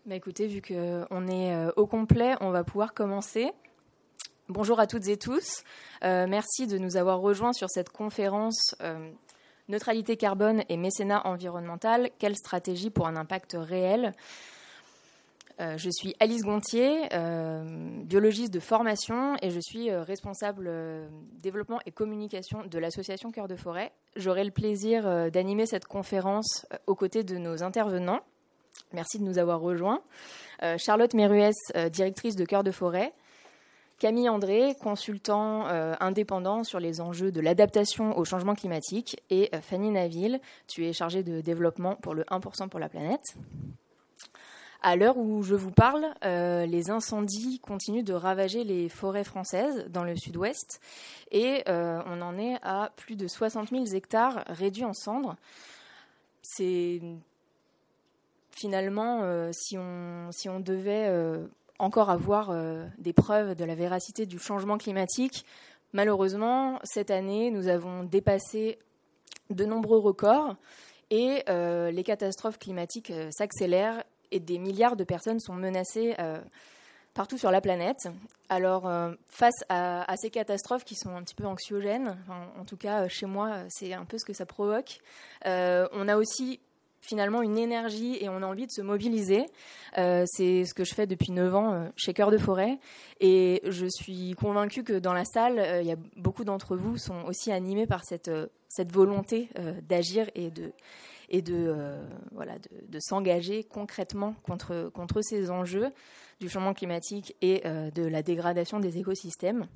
Écoutez, vu qu'on est au complet, on va pouvoir commencer. Bonjour à toutes et tous. Merci de nous avoir rejoints sur cette conférence Neutralité carbone et mécénat environnemental. Quelle stratégie pour un impact réel ? Je suis Alice Gontier, biologiste de formation et je suis responsable développement et communication de l'association Cœur de Forêt. J'aurai le plaisir d'animer cette conférence aux côtés de nos intervenants. Merci de nous avoir rejoints. Charlotte Méruès, directrice de Cœur de Forêt. Camille André, consultant indépendant sur les enjeux de l'adaptation au changement climatique. Et Fanny Naville, tu es chargée de développement pour le 1% pour la planète. À l'heure où je vous parle, les incendies continuent de ravager les forêts françaises dans le sud-ouest. Et on en est à plus de 60 000 hectares réduits en cendres. C'est... Finalement, si on devait encore avoir des preuves de la véracité du changement climatique, malheureusement, cette année, nous avons dépassé de nombreux records et les catastrophes climatiques s'accélèrent et des milliards de personnes sont menacées partout sur la planète. Alors, face à ces catastrophes qui sont un petit peu anxiogènes, en tout cas chez moi, c'est un peu ce que ça provoque, on a aussi finalement une énergie et on a envie de se mobiliser. C'est ce que je fais depuis 9 ans chez Cœur de Forêt et je suis convaincue que dans la salle, il y a beaucoup d'entre vous sont aussi animés par cette volonté d'agir et de s'engager concrètement contre ces enjeux du changement climatique et de la dégradation des écosystèmes.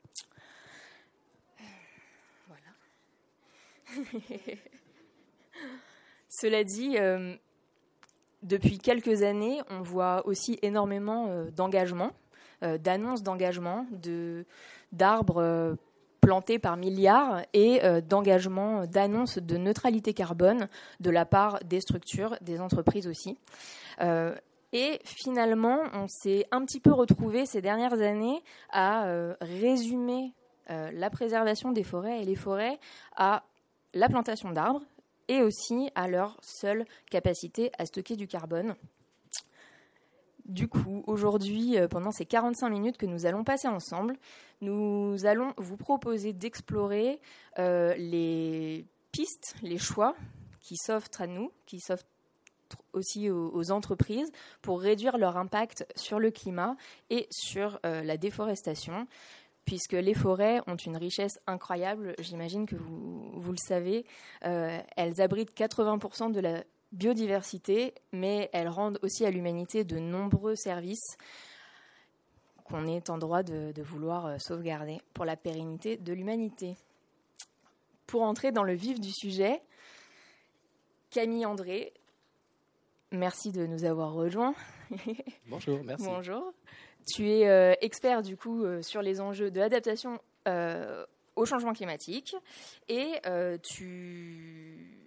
Voilà. Cela dit, depuis quelques années, on voit aussi énormément d'engagements, d'annonces d'engagement, d'arbres plantés par milliards et d'engagements, d'annonces de neutralité carbone de la part des structures, des entreprises aussi. Et finalement, on s'est un petit peu retrouvé ces dernières années à résumer la préservation des forêts et les forêts à la plantation d'arbres, et aussi à leur seule capacité à stocker du carbone. Du coup, aujourd'hui, pendant ces 45 minutes que nous allons passer ensemble, nous allons vous proposer d'explorer les pistes, les choix qui s'offrent à nous, qui s'offrent aussi aux entreprises pour réduire leur impact sur le climat et sur la déforestation, puisque les forêts ont une richesse incroyable, j'imagine que vous le savez. Elles abritent 80% de la biodiversité, mais elles rendent aussi à l'humanité de nombreux services qu'on est en droit de vouloir sauvegarder pour la pérennité de l'humanité. Pour entrer dans le vif du sujet, Camille André, merci de nous avoir rejoints. Bonjour, merci. Bonjour. Tu es expert du coup sur les enjeux de l'adaptation au changement climatique et tu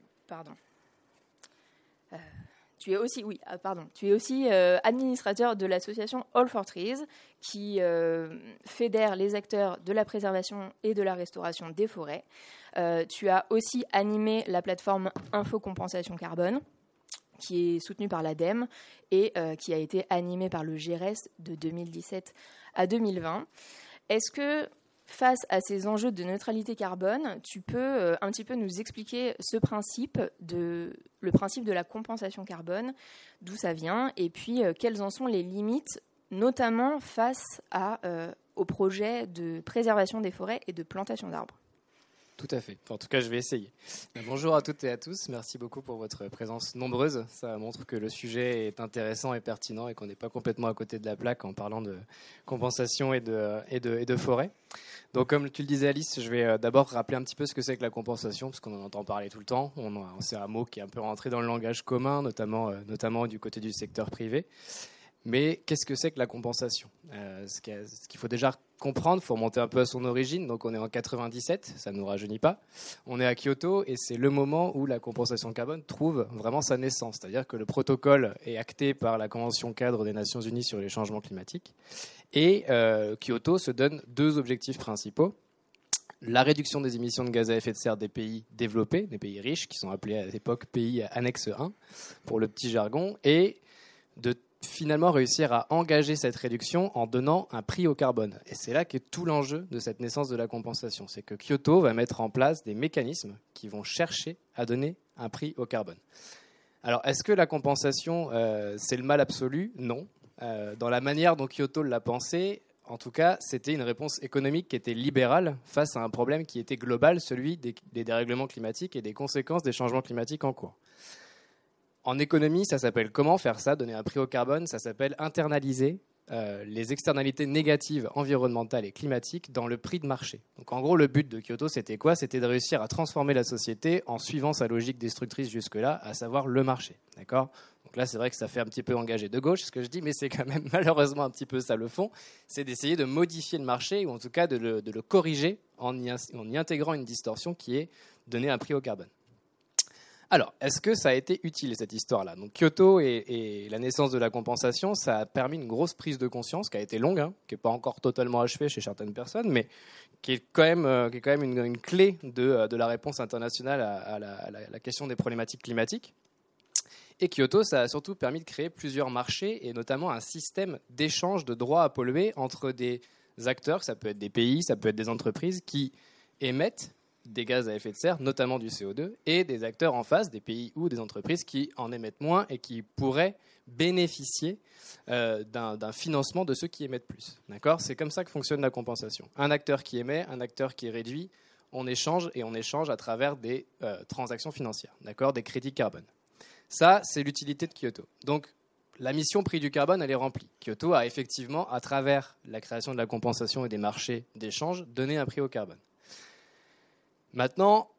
es aussi administrateur de l'association All for Trees qui fédère les acteurs de la préservation et de la restauration des forêts. Tu as aussi animé la plateforme Info Compensation Carbone, qui est soutenu par l'ADEME et qui a été animé par le GRES de 2017 à 2020. Est-ce que, face à ces enjeux de neutralité carbone, tu peux un petit peu nous expliquer le principe de la compensation carbone, d'où ça vient, et puis quelles en sont les limites, notamment face au projet de préservation des forêts et de plantation d'arbres ? Tout à fait. En tout cas, je vais essayer. Bonjour à toutes et à tous. Merci beaucoup pour votre présence nombreuse. Ça montre que le sujet est intéressant et pertinent et qu'on n'est pas complètement à côté de la plaque en parlant de compensation et de forêt. Donc, comme tu le disais, Alice, je vais d'abord rappeler un petit peu ce que c'est que la compensation, parce qu'on en entend parler tout le temps. C'est un mot qui est un peu rentré dans le langage commun, notamment du côté du secteur privé. Mais qu'est-ce que c'est que la compensation ? Ce qu'il faut déjà comprendre, il faut remonter un peu à son origine. Donc on est en 97, ça ne nous rajeunit pas. On est à Kyoto et c'est le moment où la compensation carbone trouve vraiment sa naissance. C'est-à-dire que le protocole est acté par la Convention cadre des Nations Unies sur les changements climatiques. Et Kyoto se donne 2 objectifs principaux. La réduction des émissions de gaz à effet de serre des pays développés, des pays riches, qui sont appelés à l'époque pays annexe 1, pour le petit jargon, et de finalement réussir à engager cette réduction en donnant un prix au carbone. Et c'est là qu'est tout l'enjeu de cette naissance de la compensation. C'est que Kyoto va mettre en place des mécanismes qui vont chercher à donner un prix au carbone. Alors, est-ce que la compensation, c'est le mal absolu ? Non. Dans la manière dont Kyoto l'a pensé, en tout cas, c'était une réponse économique qui était libérale face à un problème qui était global, celui des dérèglements climatiques et des conséquences des changements climatiques en cours. En économie, ça s'appelle comment faire ça, donner un prix au carbone ? Ça s'appelle internaliser les externalités négatives environnementales et climatiques dans le prix de marché. Donc en gros, le but de Kyoto, c'était quoi ? C'était de réussir à transformer la société en suivant sa logique destructrice jusque-là, à savoir le marché. D'accord ? Donc là, c'est vrai que ça fait un petit peu engagé de gauche, ce que je dis, mais c'est quand même malheureusement un petit peu ça le fond. C'est d'essayer de modifier le marché, ou en tout cas de le corriger en y intégrant une distorsion qui est donner un prix au carbone. Alors, est-ce que ça a été utile, cette histoire-là ? Donc, Kyoto et la naissance de la compensation, ça a permis une grosse prise de conscience qui a été longue, qui n'est pas encore totalement achevée chez certaines personnes, mais qui est quand même une clé de la réponse internationale à la question des problématiques climatiques. Et Kyoto, ça a surtout permis de créer plusieurs marchés et notamment un système d'échange de droits à polluer entre des acteurs, ça peut être des pays, ça peut être des entreprises qui émettent des gaz à effet de serre, notamment du CO2, et des acteurs en face, des pays ou des entreprises qui en émettent moins et qui pourraient bénéficier d'un financement de ceux qui émettent plus. D'accord ? C'est comme ça que fonctionne la compensation. Un acteur qui émet, un acteur qui réduit, on échange à travers des transactions financières, d'accord ? Des crédits carbone. Ça, c'est l'utilité de Kyoto. Donc, la mission prix du carbone, elle est remplie. Kyoto a effectivement, à travers la création de la compensation et des marchés d'échange, donné un prix au carbone. Maintenant,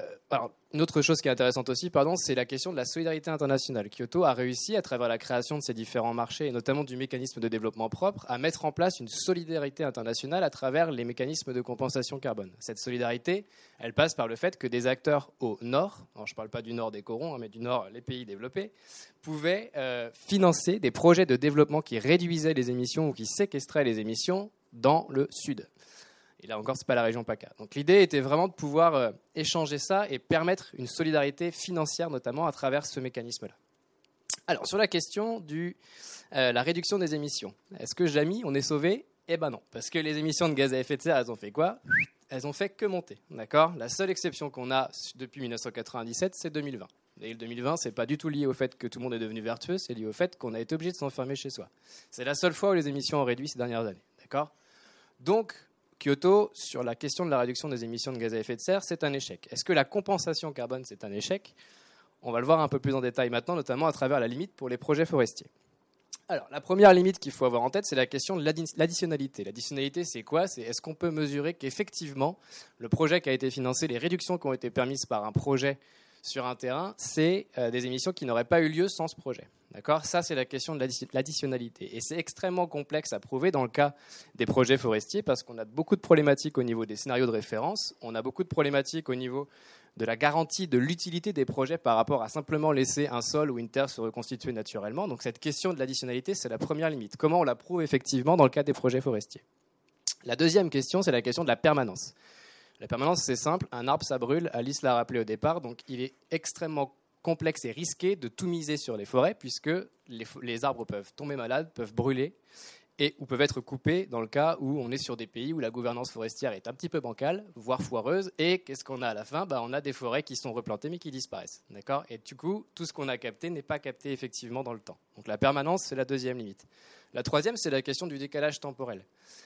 une autre chose qui est intéressante aussi, c'est la question de la solidarité internationale. Kyoto a réussi, à travers la création de ces différents marchés, et notamment du mécanisme de développement propre, à mettre en place une solidarité internationale à travers les mécanismes de compensation carbone. Cette solidarité, elle passe par le fait que des acteurs au nord, alors je ne parle pas du nord des corons, mais du nord, les pays développés, pouvaient financer des projets de développement qui réduisaient les émissions ou qui séquestraient les émissions dans le sud. Et là encore, ce n'est pas la région PACA. Donc l'idée était vraiment de pouvoir échanger ça et permettre une solidarité financière, notamment à travers ce mécanisme-là. Alors, sur la question de la réduction des émissions, est-ce que jamais on est sauvé ? Eh ben non, parce que les émissions de gaz à effet de serre, elles ont fait quoi ? Elles ont fait que monter, d'accord ? La seule exception qu'on a depuis 1997, c'est 2020. Et le 2020, ce n'est pas du tout lié au fait que tout le monde est devenu vertueux, c'est lié au fait qu'on a été obligé de s'enfermer chez soi. C'est la seule fois où les émissions ont réduit ces dernières années, d'accord ? Donc, Kyoto, sur la question de la réduction des émissions de gaz à effet de serre, c'est un échec. Est-ce que la compensation carbone, c'est un échec ? On va le voir un peu plus en détail maintenant, notamment à travers la limite pour les projets forestiers. Alors, la première limite qu'il faut avoir en tête, c'est la question de l'additionnalité. L'additionnalité, c'est quoi ? C'est est-ce qu'on peut mesurer qu'effectivement, le projet qui a été financé, les réductions qui ont été permises par un projet sur un terrain, c'est des émissions qui n'auraient pas eu lieu sans ce projet. D'accord ? Ça, c'est la question de l'additionnalité. Et c'est extrêmement complexe à prouver dans le cas des projets forestiers parce qu'on a beaucoup de problématiques au niveau des scénarios de référence, on a beaucoup de problématiques au niveau de la garantie de l'utilité des projets par rapport à simplement laisser un sol ou une terre se reconstituer naturellement. Donc cette question de l'additionnalité, c'est la première limite. Comment on la prouve effectivement dans le cas des projets forestiers ? La deuxième question, c'est la question de la permanence. La permanence, c'est simple. Un arbre, ça brûle. Alice l'a rappelé au départ. Donc il est extrêmement complexe et risqué de tout miser sur les forêts puisque les arbres peuvent tomber malades, peuvent brûler ou peuvent être coupés dans le cas où on est sur des pays où la gouvernance forestière est un petit peu bancale, voire foireuse. Et qu'est-ce qu'on a à la fin ? On a des forêts qui sont replantées mais qui disparaissent. D'accord ? Et du coup, tout ce qu'on a capté n'est pas capté effectivement dans le temps. Donc la permanence, c'est la deuxième limite. La troisième, c'est la question du décalage temporel.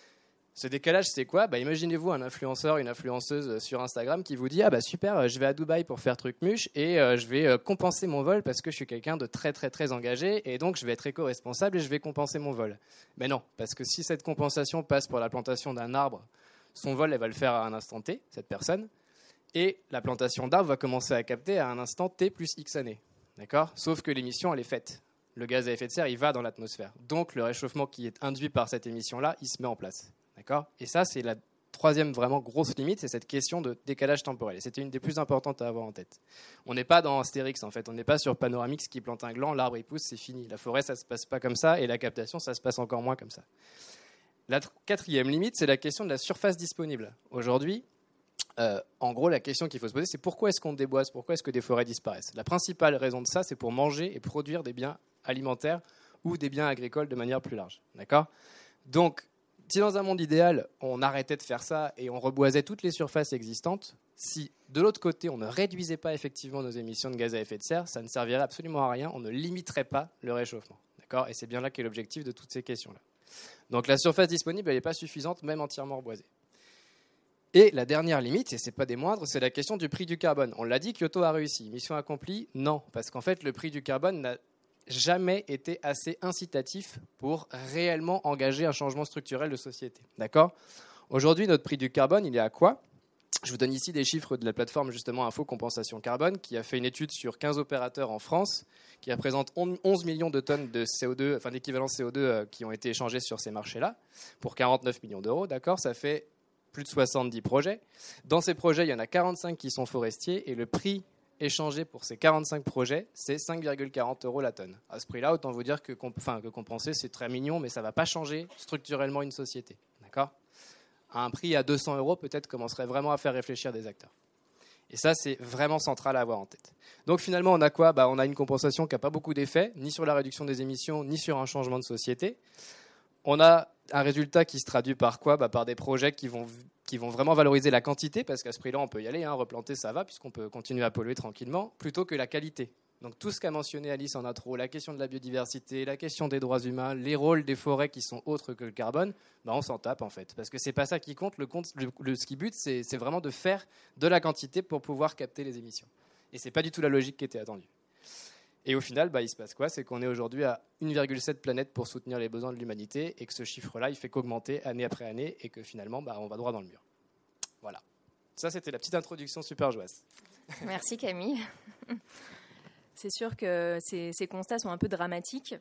Ce décalage, c'est quoi ? Imaginez-vous un influenceur, une influenceuse sur Instagram qui vous dit « Ah super, je vais à Dubaï pour faire Trucmuche et je vais compenser mon vol parce que je suis quelqu'un de très très très engagé et donc je vais être éco-responsable et je vais compenser mon vol. » Mais non, parce que si cette compensation passe pour la plantation d'un arbre, son vol, elle va le faire à un instant T, cette personne, et la plantation d'arbres va commencer à capter à un instant T plus X années. D'accord ? Sauf que l'émission, elle est faite. Le gaz à effet de serre, il va dans l'atmosphère. Donc le réchauffement qui est induit par cette émission-là, il se met en place. D'accord ? Et ça, c'est la troisième vraiment grosse limite, c'est cette question de décalage temporel. Et c'était une des plus importantes à avoir en tête. On n'est pas dans Astérix, en fait. On n'est pas sur Panoramix qui plante un gland, l'arbre il pousse, c'est fini. La forêt, ça ne se passe pas comme ça, et la captation, ça se passe encore moins comme ça. La quatrième limite, c'est la question de la surface disponible. Aujourd'hui, en gros, la question qu'il faut se poser, c'est pourquoi est-ce qu'on déboise ? Pourquoi est-ce que des forêts disparaissent ? La principale raison de ça, c'est pour manger et produire des biens alimentaires ou des biens agricoles de manière plus large. D'accord ? Donc, si dans un monde idéal, on arrêtait de faire ça et on reboisait toutes les surfaces existantes, si de l'autre côté, on ne réduisait pas effectivement nos émissions de gaz à effet de serre, ça ne servirait absolument à rien, on ne limiterait pas le réchauffement. D'accord ? Et c'est bien là qu'est l'objectif de toutes ces questions-là. Donc la surface disponible, elle n'est pas suffisante, même entièrement reboisée. Et la dernière limite, et ce n'est pas des moindres, c'est la question du prix du carbone. On l'a dit, Kyoto a réussi. Mission accomplie ? Non, parce qu'en fait, le prix du carbone n'a jamais été assez incitatif pour réellement engager un changement structurel de société. D'accord ? Aujourd'hui, notre prix du carbone, il est à quoi ? Je vous donne ici des chiffres de la plateforme justement Info Compensation Carbone qui a fait une étude sur 15 opérateurs en France qui représente 11 millions de tonnes de CO2, enfin d'équivalent CO2 qui ont été échangés sur ces marchés-là pour 49 millions d'euros. D'accord ? Ça fait plus de 70 projets. Dans ces projets, il y en a 45 qui sont forestiers et le prix échangé pour ces 45 projets, c'est 5,40 € la tonne. À ce prix-là, autant vous dire que compenser, c'est très mignon, mais ça ne va pas changer structurellement une société. D'accord ? À un prix à 200 €, peut-être commencerait vraiment à faire réfléchir des acteurs. Et ça, c'est vraiment central à avoir en tête. Donc finalement, on a quoi ? On a une compensation qui n'a pas beaucoup d'effet, ni sur la réduction des émissions, ni sur un changement de société. On a un résultat qui se traduit par quoi ? Par des projets qui vont vraiment valoriser la quantité, parce qu'à ce prix-là, on peut y aller, replanter, ça va, puisqu'on peut continuer à polluer tranquillement, plutôt que la qualité. Donc tout ce qu'a mentionné Alice en intro, la question de la biodiversité, la question des droits humains, les rôles des forêts qui sont autres que le carbone, on s'en tape en fait. Parce que c'est pas ça qui compte. Ce qui bute, c'est vraiment de faire de la quantité pour pouvoir capter les émissions. Et c'est pas du tout la logique qui était attendue. Et au final, il se passe quoi ? C'est qu'on est aujourd'hui à 1,7 planète pour soutenir les besoins de l'humanité et que ce chiffre-là, il fait qu'augmenter année après année et que finalement, on va droit dans le mur. Voilà. Ça, c'était la petite introduction super joyeuse. Merci Camille. C'est sûr que ces constats sont un peu dramatiques.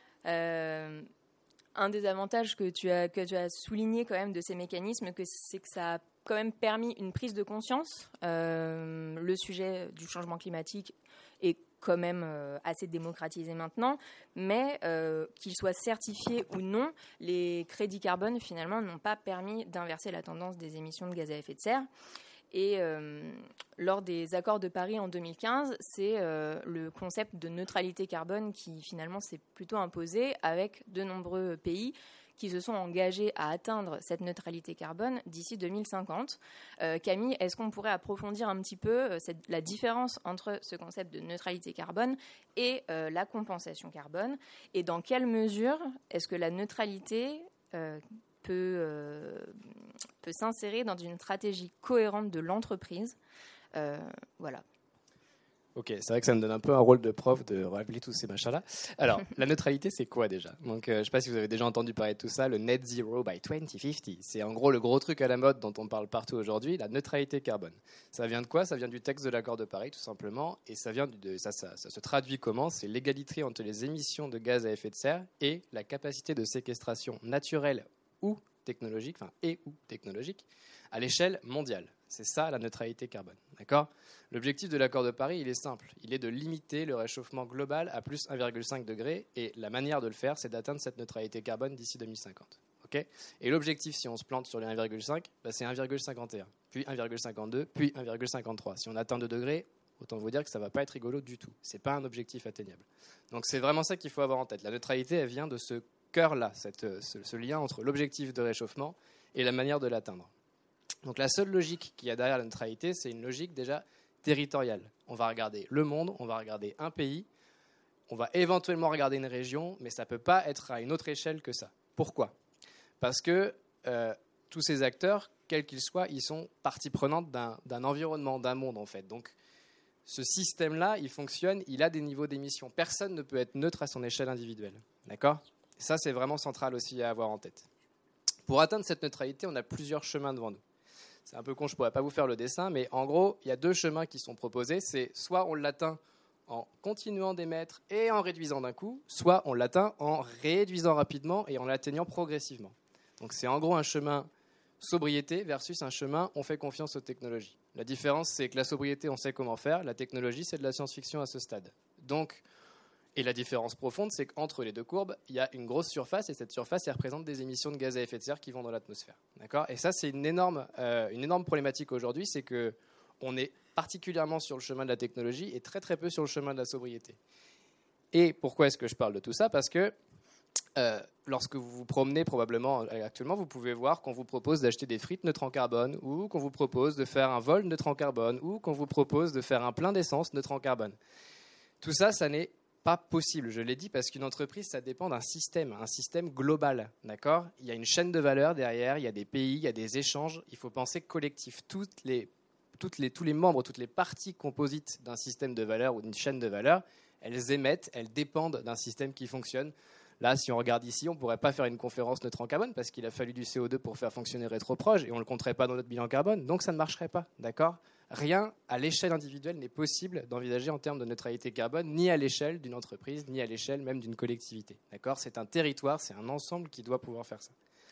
Un des avantages que tu as souligné quand même de ces mécanismes, c'est que ça a quand même permis une prise de conscience. Le sujet du changement climatique est quand même assez démocratisé maintenant, mais qu'ils soient certifiés ou non, les crédits carbone finalement n'ont pas permis d'inverser la tendance des émissions de gaz à effet de serre. Et lors des accords de Paris en 2015, c'est le concept de neutralité carbone qui finalement s'est plutôt imposé avec de nombreux pays qui se sont engagés à atteindre cette neutralité carbone d'ici 2050. Camille, est-ce qu'on pourrait approfondir un petit peu la différence entre ce concept de neutralité carbone et la compensation carbone ? Et dans quelle mesure est-ce que la neutralité peut s'insérer dans une stratégie cohérente de l'entreprise. Voilà. Ok, c'est vrai que ça me donne un peu un rôle de prof de rappeler tous ces machins-là. Alors, la neutralité, c'est quoi déjà ? Donc, je ne sais pas si vous avez déjà entendu parler de tout ça, le net zero by 2050. C'est en gros le gros truc à la mode dont on parle partout aujourd'hui, la neutralité carbone. Ça vient de quoi ? Ça vient du texte de l'accord de Paris, tout simplement. Et ça vient ça se traduit comment ? C'est l'égalité entre les émissions de gaz à effet de serre et la capacité de séquestration naturelle ou technologique, à l'échelle mondiale. C'est ça la neutralité carbone. D'accord ? L'objectif de l'accord de Paris, il est simple. Il est de limiter le réchauffement global à plus 1,5 degré. Et la manière de le faire, c'est d'atteindre cette neutralité carbone d'ici 2050. Okay ? Et l'objectif, si on se plante sur les 1,5, c'est 1,51, puis 1,52, puis 1,53. Si on atteint 2 degrés, autant vous dire que ça ne va pas être rigolo du tout. Ce n'est pas un objectif atteignable. Donc c'est vraiment ça qu'il faut avoir en tête. La neutralité, elle vient de ce cœur-là, ce lien entre l'objectif de réchauffement et la manière de l'atteindre. Donc la seule logique qu'il y a derrière la neutralité, c'est une logique déjà territoriale. On va regarder le monde, on va regarder un pays, on va éventuellement regarder une région, mais ça ne peut pas être à une autre échelle que ça. Pourquoi ? Parce que tous ces acteurs, quels qu'ils soient, ils sont partie prenante d'un environnement, d'un monde en fait. Donc ce système-là, il fonctionne, il a des niveaux d'émission. Personne ne peut être neutre à son échelle individuelle. D'accord ? Ça, c'est vraiment central aussi à avoir en tête. Pour atteindre cette neutralité, on a plusieurs chemins devant nous. C'est un peu con, je ne pourrais pas vous faire le dessin, mais en gros, il y a 2 chemins qui sont proposés. C'est soit on l'atteint en continuant d'émettre et en réduisant d'un coup, soit on l'atteint en réduisant rapidement et en l'atteignant progressivement. Donc c'est en gros un chemin sobriété versus un chemin on fait confiance aux technologies. La différence, c'est que la sobriété, on sait comment faire. La technologie, c'est de la science-fiction à ce stade. Donc, et la différence profonde, c'est qu'entre les 2 courbes, il y a une grosse surface, et cette surface, elle représente des émissions de gaz à effet de serre qui vont dans l'atmosphère. D'accord ? Et ça, c'est une énorme problématique aujourd'hui, c'est qu'on est particulièrement sur le chemin de la technologie et très très peu sur le chemin de la sobriété. Et pourquoi est-ce que je parle de tout ça? Parce que lorsque vous vous promenez probablement actuellement, vous pouvez voir qu'on vous propose d'acheter des frites neutres en carbone, ou qu'on vous propose de faire un vol neutre en carbone, ou qu'on vous propose de faire un plein d'essence neutre en carbone. Tout ça, ça n'est pas possible, je l'ai dit, parce qu'une entreprise, ça dépend d'un système global, d'accord? Il y a une chaîne de valeur derrière, il y a des pays, il y a des échanges, il faut penser collectif. Tous les membres, toutes les parties composites d'un système de valeur ou d'une chaîne de valeur, elles émettent, elles dépendent d'un système qui fonctionne. Là, si on regarde ici, on ne pourrait pas faire une conférence neutre en carbone parce qu'il a fallu du CO2 pour faire fonctionner Rétroproche et on ne le compterait pas dans notre bilan carbone, donc ça ne marcherait pas, d'accord? Rien à l'échelle individuelle n'est possible d'envisager en termes de neutralité carbone, ni à l'échelle d'une entreprise, ni à l'échelle même d'une collectivité, d'accord? C'est un territoire, c'est un ensemble qui doit pouvoir faire ça.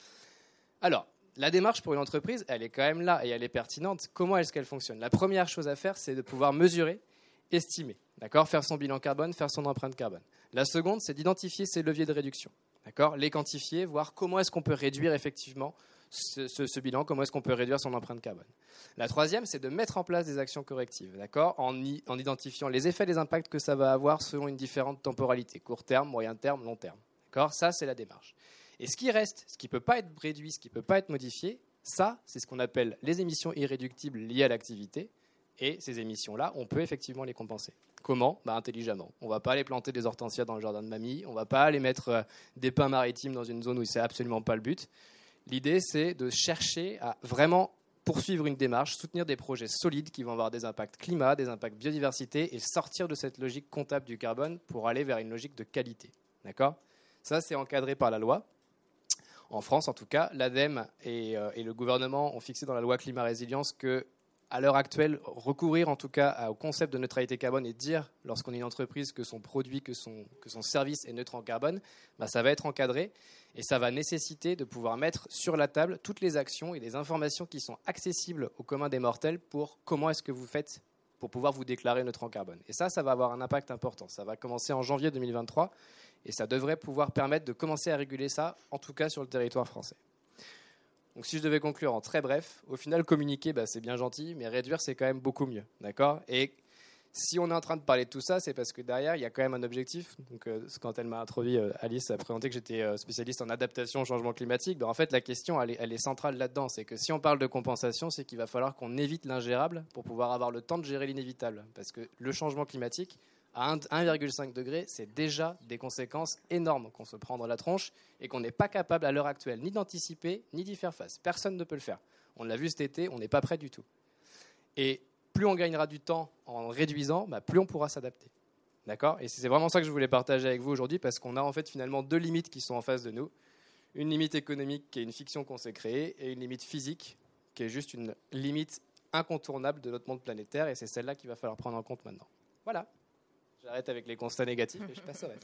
Alors, la démarche pour une entreprise, elle est quand même là et elle est pertinente. Comment est-ce qu'elle fonctionne? La première chose à faire, c'est de pouvoir mesurer, estimer, d'accord? Faire son bilan carbone, faire son empreinte carbone. La seconde, c'est d'identifier ses leviers de réduction, d'accord? Les quantifier, voir comment est-ce qu'on peut réduire effectivement ce bilan, comment est-ce qu'on peut réduire son empreinte carbone. La troisième, c'est de mettre en place des actions correctives, d'accord? En identifiant les effets, les impacts que ça va avoir selon une différente temporalité, court terme, moyen terme, long terme, d'accord? Ça, c'est la démarche. Et ce qui reste, ce qui ne peut pas être réduit, ce qui ne peut pas être modifié, ça, c'est ce qu'on appelle les émissions irréductibles liées à l'activité. Et ces émissions-là, on peut effectivement les compenser. Comment? Intelligemment. On ne va pas aller planter des hortensias dans le jardin de mamie, on ne va pas aller mettre des pins maritimes dans une zone où ce n'est absolument pas le but. L'idée, c'est de chercher à vraiment poursuivre une démarche, soutenir des projets solides qui vont avoir des impacts climat, des impacts biodiversité et sortir de cette logique comptable du carbone pour aller vers une logique de qualité. D'accord? Ça, c'est encadré par la loi. En France, en tout cas, l'ADEME et le gouvernement ont fixé dans la loi climat résilience que, à l'heure actuelle, recourir en tout cas au concept de neutralité carbone et dire, lorsqu'on est une entreprise, que son produit, que son service est neutre en carbone, ça va être encadré et ça va nécessiter de pouvoir mettre sur la table toutes les actions et les informations qui sont accessibles au commun des mortels pour comment est-ce que vous faites pour pouvoir vous déclarer neutre en carbone. Et ça va avoir un impact important. Ça va commencer en janvier 2023 et ça devrait pouvoir permettre de commencer à réguler ça, en tout cas sur le territoire français. Donc si je devais conclure en très bref, au final, communiquer, c'est bien gentil, mais réduire, c'est quand même beaucoup mieux. D'accord? Et si on est en train de parler de tout ça, c'est parce que derrière, il y a quand même un objectif. Donc, quand elle m'a introduit, Alice a présenté que j'étais spécialiste en adaptation au changement climatique. En fait, la question, elle est centrale là-dedans. C'est que si on parle de compensation, c'est qu'il va falloir qu'on évite l'ingérable pour pouvoir avoir le temps de gérer l'inévitable. Parce que le changement climatique, à 1,5 degré, c'est déjà des conséquences énormes qu'on se prend dans la tronche et qu'on n'est pas capable à l'heure actuelle ni d'anticiper ni d'y faire face. Personne ne peut le faire. On l'a vu cet été, on n'est pas prêt du tout. Et plus on gagnera du temps en réduisant, plus on pourra s'adapter. D'accord? Et c'est vraiment ça que je voulais partager avec vous aujourd'hui parce qu'on a en fait finalement deux limites qui sont en face de nous. Une limite économique qui est une fiction qu'on s'est créée et une limite physique qui est juste une limite incontournable de notre monde planétaire et c'est celle-là qu'il va falloir prendre en compte maintenant. Voilà. J'arrête avec les constats négatifs et je passe au reste.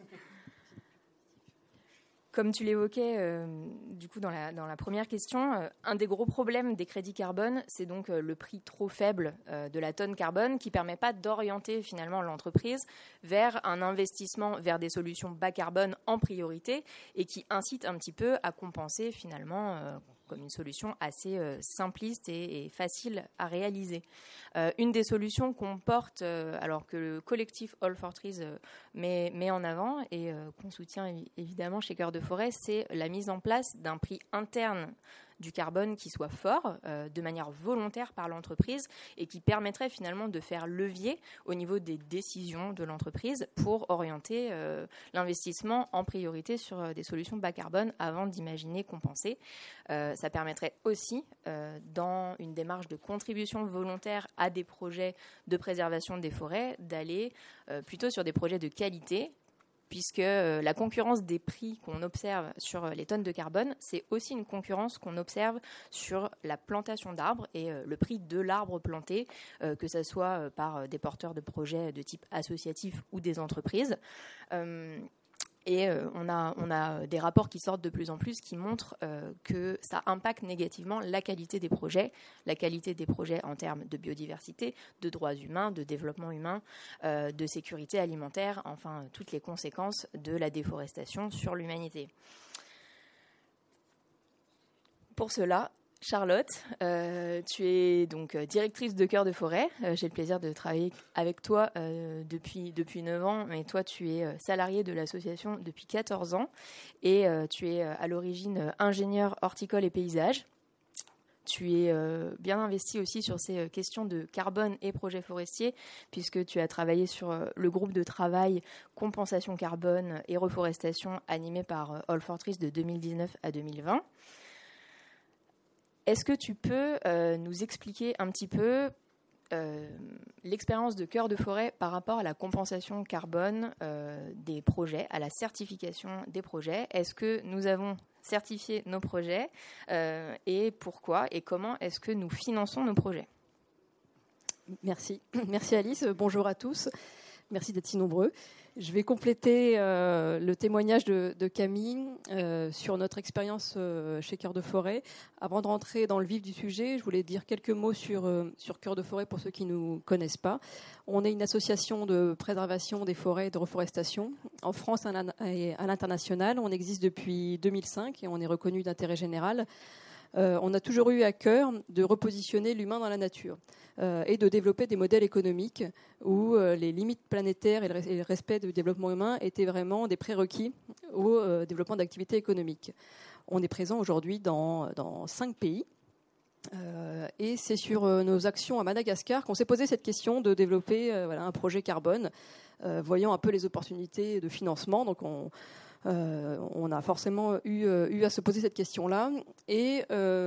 Comme tu l'évoquais, du coup, dans la première question, un des gros problèmes des crédits carbone, c'est donc le prix trop faible de la tonne carbone qui ne permet pas d'orienter finalement l'entreprise vers un investissement vers des solutions bas carbone en priorité et qui incite un petit peu à compenser finalement comme une solution assez simpliste et facile à réaliser. Une des solutions qu'on porte, alors que le collectif All for Trees met en avant et qu'on soutient évidemment chez Cœur de Forêt, c'est la mise en place d'un prix interne du carbone qui soit fort, de manière volontaire par l'entreprise et qui permettrait finalement de faire levier au niveau des décisions de l'entreprise pour orienter l'investissement en priorité sur des solutions bas carbone avant d'imaginer compenser. Ça permettrait aussi, dans une démarche de contribution volontaire à des projets de préservation des forêts, d'aller plutôt sur des projets de qualité, puisque la concurrence des prix qu'on observe sur les tonnes de carbone, c'est aussi une concurrence qu'on observe sur la plantation d'arbres et le prix de l'arbre planté, que ce soit par des porteurs de projets de type associatif ou des entreprises. Et on a des rapports qui sortent de plus en plus qui montrent que ça impacte négativement la qualité des projets en termes de biodiversité, de droits humains, de développement humain, de sécurité alimentaire, enfin toutes les conséquences de la déforestation sur l'humanité. Pour cela, Charlotte, tu es donc directrice de Cœur de Forêt. J'ai le plaisir de travailler avec toi depuis 9 ans, mais toi tu es salariée de l'association depuis 14 ans et tu es à l'origine ingénieur horticole et paysage. Tu es bien investi aussi sur ces questions de carbone et projets forestiers, puisque tu as travaillé sur le groupe de travail compensation carbone et reforestation animé par All for Trees de 2019 à 2020. Est-ce que tu peux nous expliquer un petit peu l'expérience de Cœur de Forêt par rapport à la compensation carbone des projets, à la certification des projets? Est-ce que nous avons certifié nos projets et pourquoi et comment est-ce que nous finançons nos projets? Merci. Merci Alice. Bonjour à tous. Merci d'être si nombreux. Je vais compléter le témoignage de Camille sur notre expérience chez Cœur de Forêt. Avant de rentrer dans le vif du sujet, je voulais dire quelques mots sur Cœur de Forêt pour ceux qui ne nous connaissent pas. On est une association de préservation des forêts et de reforestation en France et à l'international. On existe depuis 2005 et on est reconnu d'intérêt général. On a toujours eu à cœur de repositionner l'humain dans la nature et de développer des modèles économiques où les limites planétaires et le respect du développement humain étaient vraiment des prérequis au développement d'activités économiques. On est présent aujourd'hui dans 5 pays. Et c'est sur nos actions à Madagascar qu'on s'est posé cette question de développer un projet carbone, voyant un peu les opportunités de financement. Donc on a forcément eu à se poser cette question-là et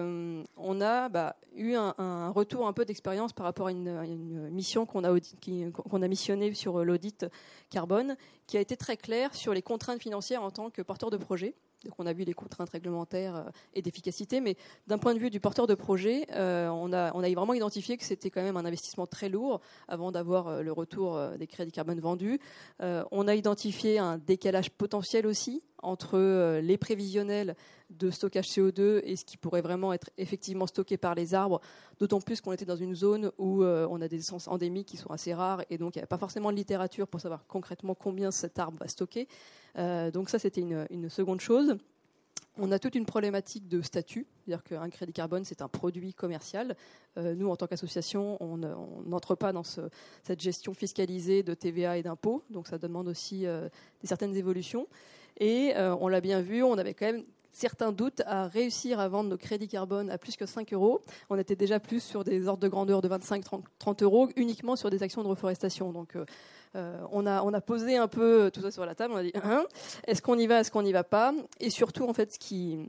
on a eu un retour un peu d'expérience par rapport à une mission qu'on a missionnée sur l'audit carbone qui a été très claire sur les contraintes financières en tant que porteur de projet. Donc on a vu les contraintes réglementaires et d'efficacité, mais d'un point de vue du porteur de projet, on a vraiment identifié que c'était quand même un investissement très lourd avant d'avoir le retour des crédits carbone vendus. On a identifié un décalage potentiel aussi entre les prévisionnels de stockage CO2 et ce qui pourrait vraiment être effectivement stocké par les arbres, d'autant plus qu'on était dans une zone où on a des essences endémiques qui sont assez rares et donc il n'y avait pas forcément de littérature pour savoir concrètement combien cet arbre va stocker. Donc ça, c'était une seconde chose. On a toute une problématique de statut, c'est-à-dire qu'un crédit carbone, c'est un produit commercial. Nous, en tant qu'association, on n'entre pas dans cette gestion fiscalisée de TVA et d'impôts, donc ça demande aussi certaines évolutions. Et on l'a bien vu, on avait quand même certains doutes à réussir à vendre nos crédits carbone à plus que 5 euros. On était déjà plus sur des ordres de grandeur de 25-30 euros uniquement sur des actions de reforestation. Donc on a posé un peu tout ça sur la table. On a dit est-ce qu'on y va, est-ce qu'on n'y va pas? Et surtout, en fait,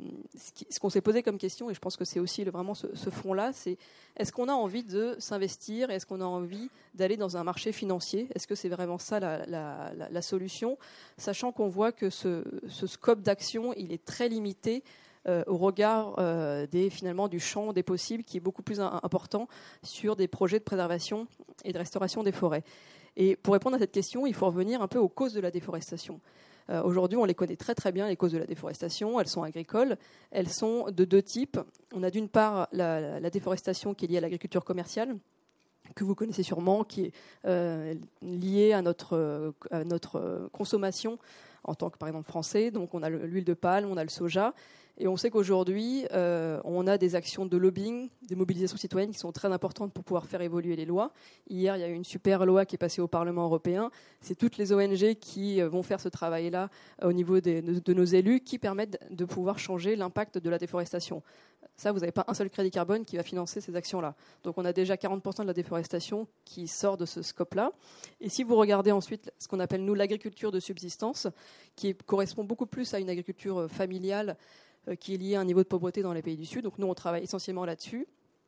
ce qu'on s'est posé comme question, et je pense que c'est aussi vraiment ce fond-là, c'est est-ce qu'on a envie de s'investir? Est-ce qu'on a envie d'aller dans un marché financier? Est-ce que c'est vraiment ça la solution? Sachant qu'on voit que ce scope d'action, il est très limité au regard finalement du champ des possibles qui est beaucoup plus important sur des projets de préservation et de restauration des forêts. Et pour répondre à cette question, il faut revenir un peu aux causes de la déforestation. Aujourd'hui, on les connaît très très bien, les causes de la déforestation. Elles sont agricoles. Elles sont de 2 types. On a d'une part la déforestation qui est liée à l'agriculture commerciale, que vous connaissez sûrement, qui est liée à notre consommation en tant que, par exemple, français. Donc on a l'huile de palme, on a le soja. Et on sait qu'aujourd'hui, on a des actions de lobbying, des mobilisations citoyennes qui sont très importantes pour pouvoir faire évoluer les lois. Hier, il y a eu une super loi qui est passée au Parlement européen. C'est toutes les ONG qui vont faire ce travail-là au niveau de nos élus qui permettent de pouvoir changer l'impact de la déforestation. Ça, vous n'avez pas un seul crédit carbone qui va financer ces actions-là. Donc on a déjà 40% de la déforestation qui sort de ce scope-là. Et si vous regardez ensuite ce qu'on appelle, nous, l'agriculture de subsistance, qui correspond beaucoup plus à une agriculture familiale, qui est lié à un niveau de pauvreté dans les pays du Sud. Donc nous, on travaille essentiellement là-dessus.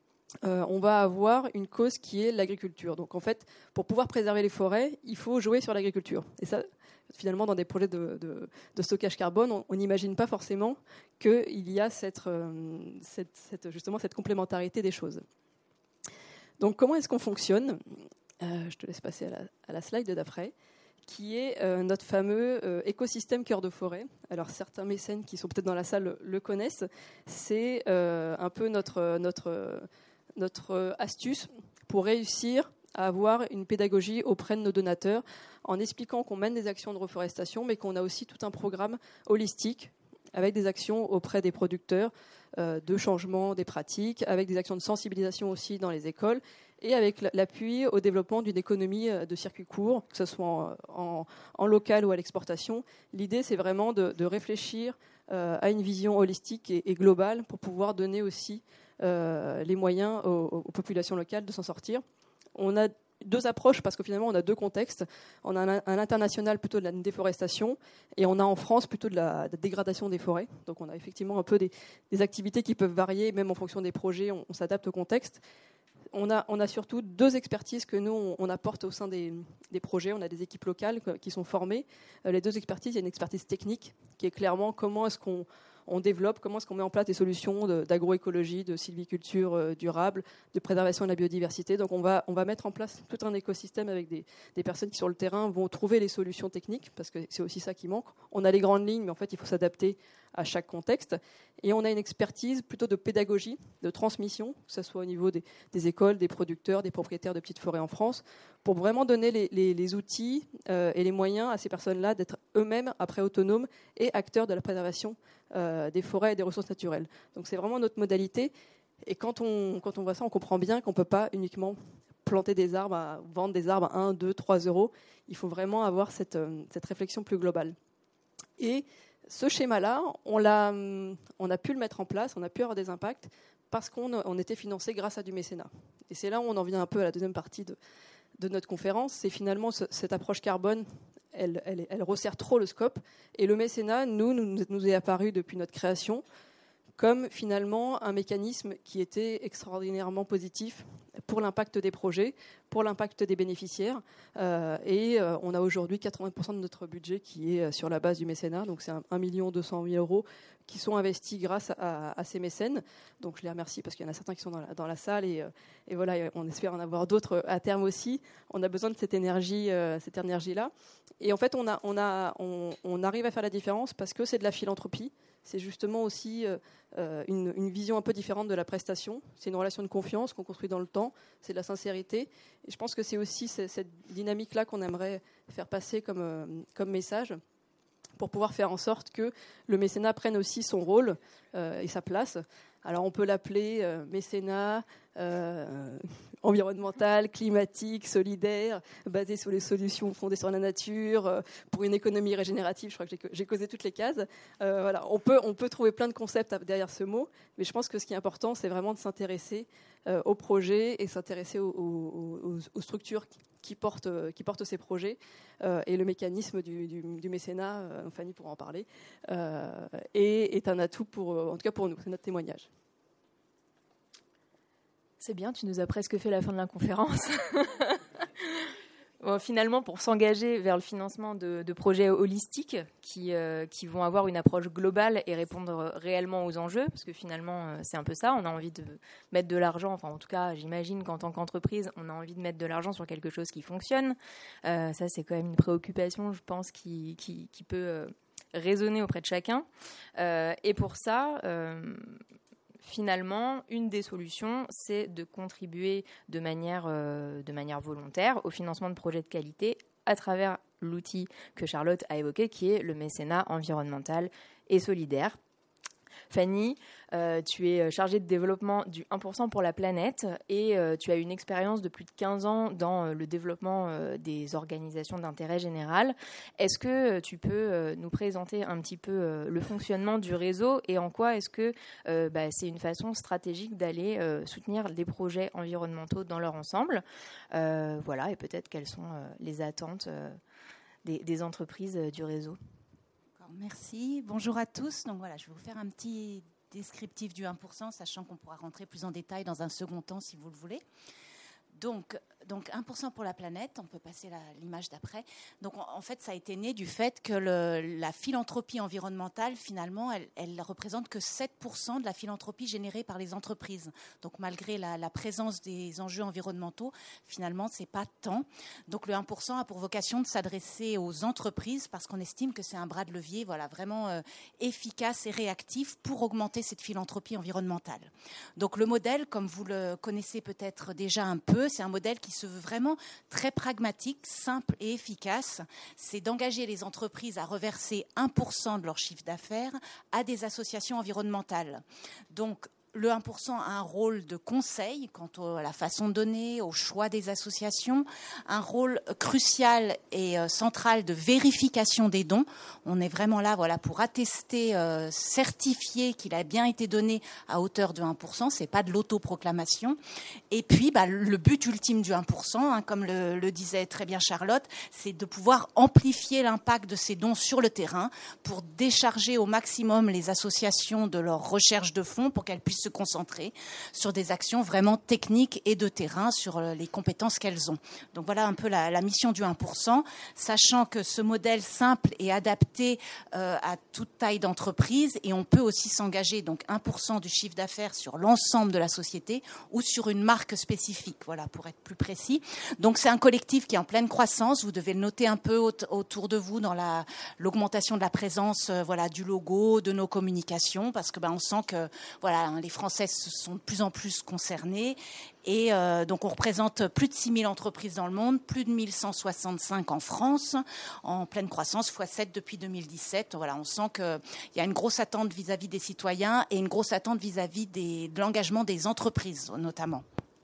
On va avoir une cause qui est l'agriculture. Donc en fait, pour pouvoir préserver les forêts, il faut jouer sur l'agriculture. Et ça, finalement, dans des projets de stockage carbone, on n'imagine pas forcément qu'il y a justement cette complémentarité des choses. Donc comment est-ce qu'on fonctionne? Je te laisse passer à la slide d'après, qui est notre fameux écosystème Cœur de Forêt. Alors certains mécènes qui sont peut-être dans la salle le connaissent. C'est un peu notre astuce pour réussir à avoir une pédagogie auprès de nos donateurs en expliquant qu'on mène des actions de reforestation, mais qu'on a aussi tout un programme holistique avec des actions auprès des producteurs de changement des pratiques, avec des actions de sensibilisation aussi dans les écoles, et avec l'appui au développement d'une économie de circuit court, que ce soit en local ou à l'exportation. L'idée, c'est vraiment de réfléchir à une vision holistique et globale pour pouvoir donner aussi les moyens aux populations locales de s'en sortir. On a deux approches parce que finalement on a deux contextes. On a un international plutôt de la déforestation et on a en France plutôt de la dégradation des forêts. Donc on a effectivement un peu des activités qui peuvent varier, même en fonction des projets, on s'adapte au contexte. On a surtout deux expertises que nous on apporte au sein des projets. On a des équipes locales qui sont formées. Les deux expertises, il y a une expertise technique qui est clairement comment est-ce qu'on développe, comment est-ce qu'on met en place des solutions d'agroécologie, de sylviculture durable, de préservation de la biodiversité. Donc on va mettre en place tout un écosystème avec des personnes qui sur le terrain vont trouver les solutions techniques, parce que c'est aussi ça qui manque. On a les grandes lignes, mais en fait il faut s'adapter à chaque contexte. Et on a une expertise plutôt de pédagogie, de transmission, que ce soit au niveau des écoles, des producteurs, des propriétaires de petites forêts en France, pour vraiment donner les outils et les moyens à ces personnes-là d'être eux-mêmes après autonomes et acteurs de la préservation des forêts et des ressources naturelles. Donc c'est vraiment notre modalité. Et quand on voit ça, on comprend bien qu'on ne peut pas uniquement planter des arbres, vendre des arbres à 1, 2, 3 euros. Il faut vraiment avoir cette réflexion plus globale. Et ce schéma-là, on a pu le mettre en place, on a pu avoir des impacts parce qu'on était financé grâce à du mécénat. Et c'est là où on en vient un peu à la deuxième partie de notre conférence. C'est finalement cette approche carbone, elle resserre trop le scope. Et le mécénat, nous est apparu depuis notre création comme finalement un mécanisme qui était extraordinairement positif pour l'impact des projets, pour l'impact des bénéficiaires. On a aujourd'hui 80% de notre budget qui est sur la base du mécénat. Donc c'est 1 200 000 euros qui sont investis grâce à ces mécènes. Donc je les remercie parce qu'il y en a certains qui sont dans la salle et voilà, on espère en avoir d'autres à terme aussi. On a besoin de cette énergie-là. Et en fait, on arrive à faire la différence parce que c'est de la philanthropie. C'est justement aussi une vision un peu différente de la prestation. C'est une relation de confiance qu'on construit dans le temps. C'est de la sincérité. Et je pense que c'est aussi cette dynamique-là qu'on aimerait faire passer comme message pour pouvoir faire en sorte que le mécénat prenne aussi son rôle et sa place. Alors on peut l'appeler mécénat environnemental, climatique, solidaire, basé sur les solutions fondées sur la nature, pour une économie régénérative. Je crois que j'ai causé toutes les cases. Voilà, on peut trouver plein de concepts derrière ce mot, mais je pense que ce qui est important, c'est vraiment de s'intéresser aux projets et s'intéresser aux structures qui portent ces projets. Et le mécanisme du mécénat, Fanny pourra en parler, est un atout en tout cas pour nous. C'est notre témoignage. C'est bien, tu nous as presque fait la fin de la conférence. Bon, finalement, pour s'engager vers le financement de projets holistiques qui vont avoir une approche globale et répondre réellement aux enjeux, parce que finalement, c'est un peu ça, on a envie de mettre de l'argent, enfin en tout cas, j'imagine qu'en tant qu'entreprise, on a envie de mettre de l'argent sur quelque chose qui fonctionne. Ça, c'est quand même une préoccupation, je pense, qui peut résonner auprès de chacun. Et pour ça... Finalement, une des solutions, c'est de contribuer de manière volontaire au financement de projets de qualité à travers l'outil que Charlotte a évoqué, qui est le mécénat environnemental et solidaire. Fanny, tu es chargée de développement du 1% pour la planète et tu as une expérience de plus de 15 ans dans le développement des organisations d'intérêt général. Est-ce que tu peux nous présenter un petit peu le fonctionnement du réseau et en quoi est-ce que c'est une façon stratégique d'aller soutenir des projets environnementaux dans leur ensemble, voilà, et peut-être quelles sont les attentes des entreprises du réseau. Merci. Bonjour à tous. Donc voilà, je vais vous faire un petit descriptif du 1%, sachant qu'on pourra rentrer plus en détail dans un second temps si vous le voulez. Donc 1% pour la planète, on peut passer l'image d'après. Donc en fait, ça a été né du fait que la philanthropie environnementale, finalement, elle représente que 7% de la philanthropie générée par les entreprises. Donc malgré la présence des enjeux environnementaux, finalement, c'est pas tant. Donc le 1% a pour vocation de s'adresser aux entreprises parce qu'on estime que c'est un bras de levier, voilà, vraiment efficace et réactif pour augmenter cette philanthropie environnementale. Donc le modèle, comme vous le connaissez peut-être déjà un peu, c'est un modèle qui se veut vraiment très pragmatique, simple et efficace. C'est d'engager les entreprises à reverser 1% de leur chiffre d'affaires à des associations environnementales. Donc, le 1% a un rôle de conseil quant à la façon de donner, au choix des associations, un rôle crucial et central de vérification des dons. On est vraiment là pour attester, certifier qu'il a bien été donné à hauteur de 1%. Ce n'est pas de l'autoproclamation. Et puis, le but ultime du 1%, comme le disait très bien Charlotte, c'est de pouvoir amplifier l'impact de ces dons sur le terrain pour décharger au maximum les associations de leur recherche de fonds pour qu'elles puissent se concentrer sur des actions vraiment techniques et de terrain, sur les compétences qu'elles ont. Donc voilà un peu la mission du 1%, sachant que ce modèle simple est adapté à toute taille d'entreprise et on peut aussi s'engager donc 1% du chiffre d'affaires sur l'ensemble de la société ou sur une marque spécifique, voilà, pour être plus précis. Donc c'est un collectif qui est en pleine croissance. Vous devez le noter un peu autour de vous dans l'augmentation de la présence du logo, de nos communications, parce que on sent que les Français sont de plus en plus concernés. Et donc, on représente plus de 6000 entreprises dans le monde, plus de 1165 en France, en pleine croissance, x7 depuis 2017. Voilà, on sent qu'il y a une grosse attente vis-à-vis des citoyens et une grosse attente vis-à-vis de l'engagement des entreprises, notamment.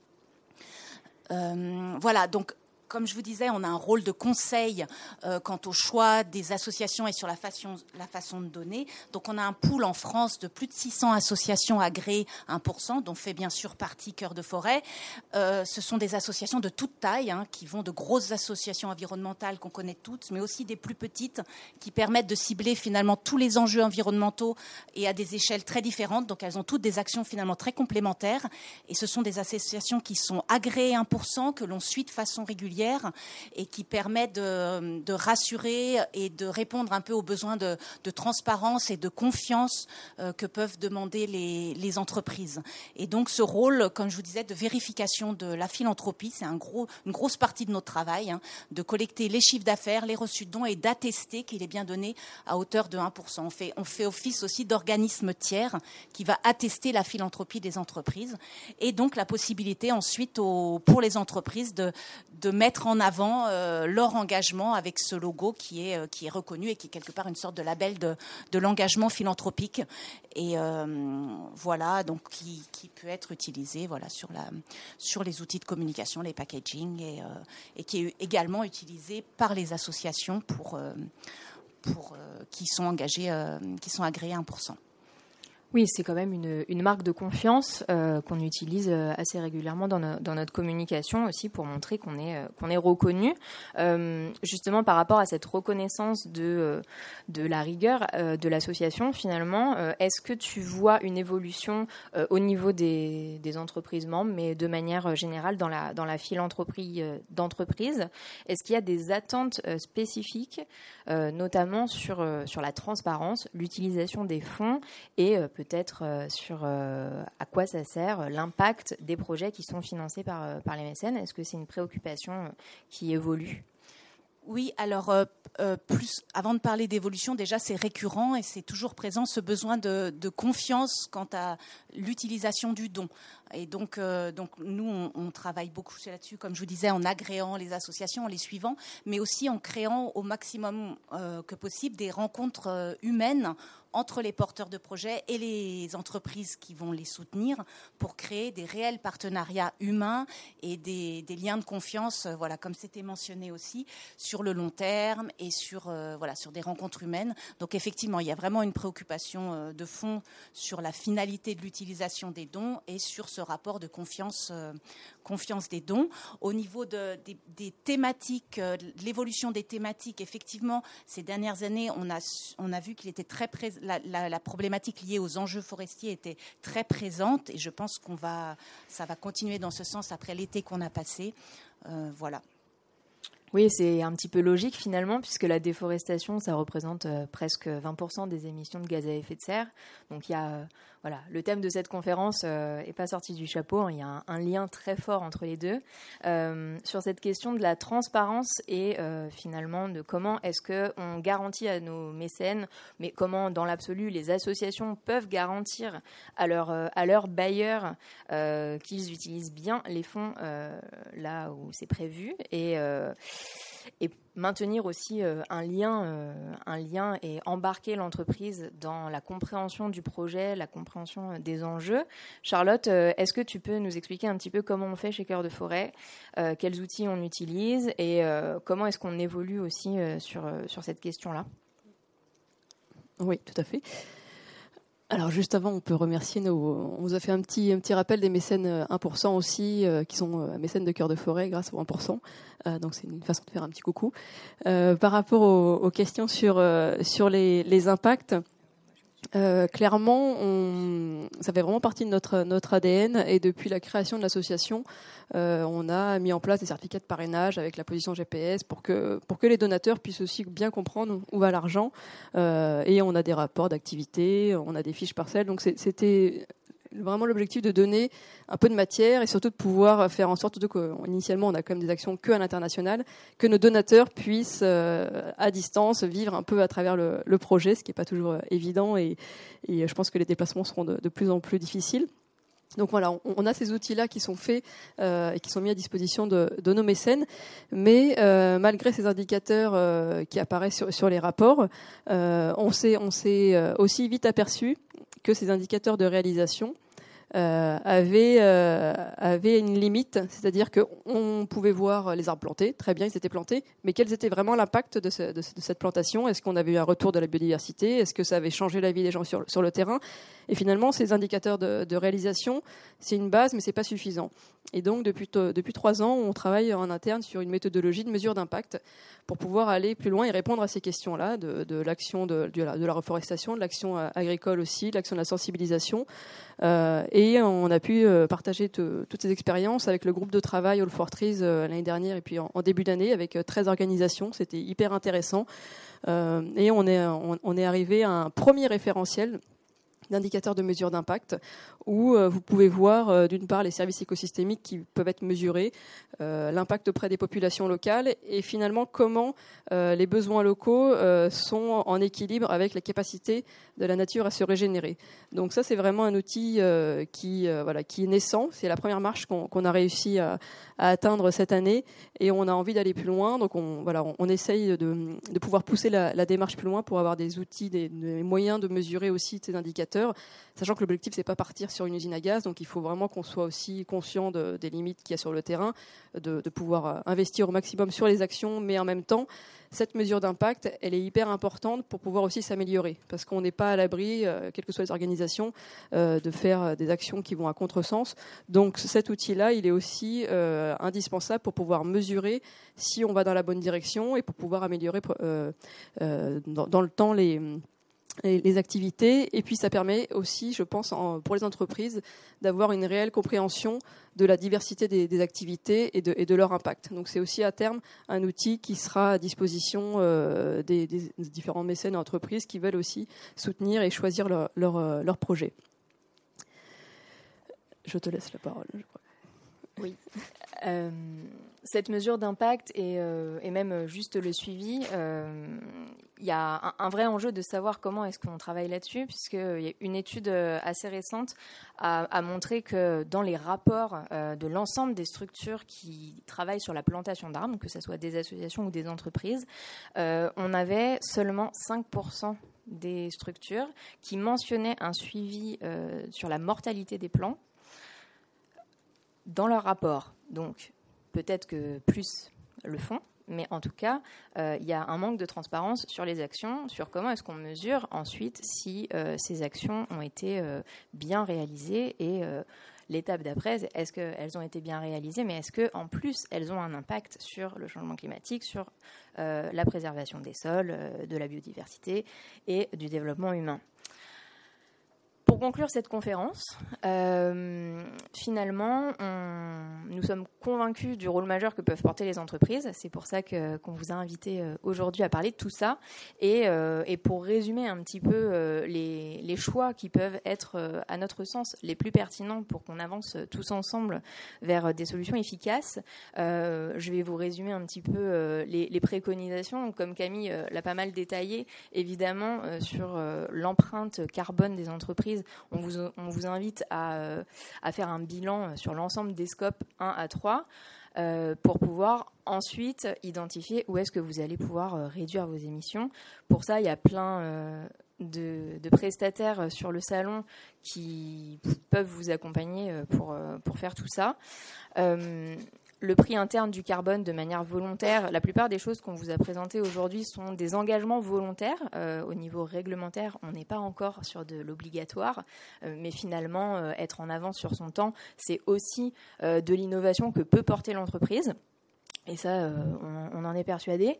Donc, comme je vous disais, on a un rôle de conseil quant au choix des associations et sur la façon de donner. Donc, on a un pool en France de plus de 600 associations agréées 1%, dont fait bien sûr partie Cœur de Forêt. Ce sont des associations de toute taille, qui vont de grosses associations environnementales qu'on connaît toutes, mais aussi des plus petites qui permettent de cibler finalement tous les enjeux environnementaux et à des échelles très différentes. Donc, elles ont toutes des actions finalement très complémentaires. Et ce sont des associations qui sont agréées 1%, que l'on suit de façon régulière et qui permet de rassurer et de répondre un peu aux besoins de transparence et de confiance que peuvent demander les entreprises. Et donc ce rôle, comme je vous disais, de vérification de la philanthropie, c'est une grosse partie de notre travail, de collecter les chiffres d'affaires, les reçus de dons et d'attester qu'il est bien donné à hauteur de 1%. On fait office aussi d'organisme tiers qui va attester la philanthropie des entreprises et donc la possibilité ensuite pour les entreprises de mettre en avant leur engagement avec ce logo qui est reconnu et qui est quelque part une sorte de label de l'engagement philanthropique et donc qui peut être utilisé sur les outils de communication, les packaging et qui est également utilisé par les associations qui sont engagées, qui sont agréées 1%. Oui, c'est quand même une marque de confiance qu'on utilise assez régulièrement dans notre communication aussi pour montrer qu'on est reconnu. Justement, par rapport à cette reconnaissance de la rigueur de l'association, finalement, est-ce que tu vois une évolution au niveau des entreprises membres, mais de manière générale dans la philanthropie d'entreprise? Est-ce qu'il y a des attentes spécifiques, notamment sur la transparence, l'utilisation des fonds et peut-être sur à quoi ça sert, l'impact des projets qui sont financés par les mécènes? Est-ce que c'est une préoccupation qui évolue? Oui, alors avant de parler d'évolution, déjà c'est récurrent et c'est toujours présent ce besoin de confiance quant à l'utilisation du don. Et donc nous, on travaille beaucoup là-dessus, comme je vous disais, en agréant les associations, en les suivant, mais aussi en créant au maximum que possible des rencontres humaines entre les porteurs de projets et les entreprises qui vont les soutenir pour créer des réels partenariats humains et des liens de confiance, comme c'était mentionné aussi, sur le long terme et sur des rencontres humaines. Donc effectivement, il y a vraiment une préoccupation de fond sur la finalité de l'utilisation des dons et sur ce rapport de confiance des dons. Au niveau des thématiques, de l'évolution des thématiques, effectivement, ces dernières années, on a vu qu'il était très présent. La problématique liée aux enjeux forestiers était très présente et je pense ça va continuer dans ce sens après l'été qu'on a passé. Voilà. Oui, c'est un petit peu logique finalement, puisque la déforestation, ça représente presque 20% des émissions de gaz à effet de serre. Donc il y a voilà, le thème de cette conférence n'est pas sorti du chapeau. Il y a un lien très fort entre les deux. Sur cette question de la transparence et finalement de comment est-ce qu'on garantit à nos mécènes, mais comment dans l'absolu les associations peuvent garantir à leurs bailleurs qu'ils utilisent bien les fonds là où c'est prévu et maintenir aussi un lien et embarquer l'entreprise dans la compréhension du projet, la compréhension des enjeux. Charlotte, est-ce que tu peux nous expliquer un petit peu comment on fait chez Cœur de Forêt, quels outils on utilise et comment est-ce qu'on évolue aussi sur cette question-là ? Oui, tout à fait. Alors juste avant, on peut remercier on vous a fait un petit rappel des mécènes 1% aussi, qui sont mécènes de Cœur de Forêt grâce au 1%. Donc c'est une façon de faire un petit coucou. Par rapport aux questions sur les impacts, clairement, ça fait vraiment partie de notre ADN et depuis la création de l'association, on a mis en place des certificats de parrainage avec la position GPS pour que les donateurs puissent aussi bien comprendre où va l'argent. Et on a des rapports d'activité, on a des fiches parcelles. Donc c'était vraiment l'objectif de donner un peu de matière et surtout de pouvoir faire en sorte qu'initialement on a quand même des actions que à l'international, que nos donateurs puissent à distance vivre un peu à travers le projet, ce qui n'est pas toujours évident et je pense que les déplacements seront de plus en plus difficiles. Donc voilà, on a ces outils-là qui sont faits et qui sont mis à disposition de nos mécènes, mais malgré ces indicateurs qui apparaissent sur les rapports, on s'est aussi vite aperçu que ces indicateurs de réalisation avaient une limite, c'est-à-dire qu'on pouvait voir les arbres plantés, très bien, ils étaient plantés, mais quel était vraiment l'impact de cette plantation ? Est-ce qu'on avait eu un retour de la biodiversité ? Est-ce que ça avait changé la vie des gens sur le terrain ? Et finalement, ces indicateurs de réalisation, c'est une base, mais c'est pas suffisant. Et donc, depuis 3 ans, on travaille en interne sur une méthodologie de mesure d'impact pour pouvoir aller plus loin et répondre à ces questions-là, de l'action de la reforestation, de l'action agricole aussi, de l'action de la sensibilisation. Et on a pu partager toutes ces expériences avec le groupe de travail All for Trees l'année dernière et puis en début d'année avec 13 organisations. C'était hyper intéressant. Et on est arrivé à un premier référentiel d'indicateurs de mesure d'impact où vous pouvez voir d'une part les services écosystémiques qui peuvent être mesurés, l'impact auprès des populations locales et finalement comment les besoins locaux sont en équilibre avec la capacité de la nature à se régénérer. Donc ça c'est vraiment un outil qui est naissant, c'est la première marche qu'on a réussi à atteindre cette année et on a envie d'aller plus loin, donc on essaye de pouvoir pousser la démarche plus loin pour avoir des outils, des moyens de mesurer aussi ces indicateurs, sachant que l'objectif c'est pas partir sur une usine à gaz, donc il faut vraiment qu'on soit aussi conscient des limites qu'il y a sur le terrain, de pouvoir investir au maximum sur les actions, mais en même temps cette mesure d'impact, elle est hyper importante pour pouvoir aussi s'améliorer, parce qu'on n'est pas à l'abri, quelles que soient les organisations, de faire des actions qui vont à contresens. Donc cet outil-là, il est aussi indispensable pour pouvoir mesurer si on va dans la bonne direction et pour pouvoir améliorer dans le temps les activités. Et puis ça permet aussi, je pense, pour les entreprises, d'avoir une réelle compréhension de la diversité des activités et de leur impact. Donc c'est aussi à terme un outil qui sera à disposition des différents mécènes et entreprises qui veulent aussi soutenir et choisir leur projet. Je te laisse la parole, je crois. Oui. Cette mesure d'impact et même juste le suivi, il y a un vrai enjeu de savoir comment est-ce qu'on travaille là-dessus, puisque une étude assez récente a montré que dans les rapports de l'ensemble des structures qui travaillent sur la plantation d'arbres, que ce soit des associations ou des entreprises, on avait seulement 5% des structures qui mentionnaient un suivi sur la mortalité des plants dans leur rapport. Donc, peut-être que plus le font, mais en tout cas, il y a un manque de transparence sur les actions, sur comment est-ce qu'on mesure ensuite si ces actions ont été bien réalisées et l'étape d'après, est-ce qu'elles ont été bien réalisées, mais est-ce qu'en plus, elles ont un impact sur le changement climatique, sur la préservation des sols, de la biodiversité et du développement humain. Pour conclure cette conférence, finalement, nous sommes convaincus du rôle majeur que peuvent porter les entreprises. C'est pour ça qu'on vous a invité aujourd'hui à parler de tout ça. Et pour résumer un petit peu les choix qui peuvent être, à notre sens, les plus pertinents pour qu'on avance tous ensemble vers des solutions efficaces, je vais vous résumer un petit peu les préconisations. Comme Camille l'a pas mal détaillé, évidemment, sur l'empreinte carbone des entreprises, on vous invite à faire un bilan sur l'ensemble des scopes 1 à 3 pour pouvoir ensuite identifier où est-ce que vous allez pouvoir réduire vos émissions. Pour ça, il y a plein de prestataires sur le salon qui peuvent vous accompagner pour faire tout ça. Le prix interne du carbone de manière volontaire, la plupart des choses qu'on vous a présentées aujourd'hui sont des engagements volontaires. Au niveau réglementaire, on n'est pas encore sur de l'obligatoire, mais finalement, être en avance sur son temps, c'est aussi de l'innovation que peut porter l'entreprise. Et ça, on en est persuadé.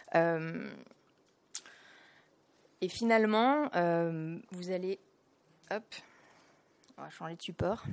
Et finalement, vous allez... Hop, on va changer de support.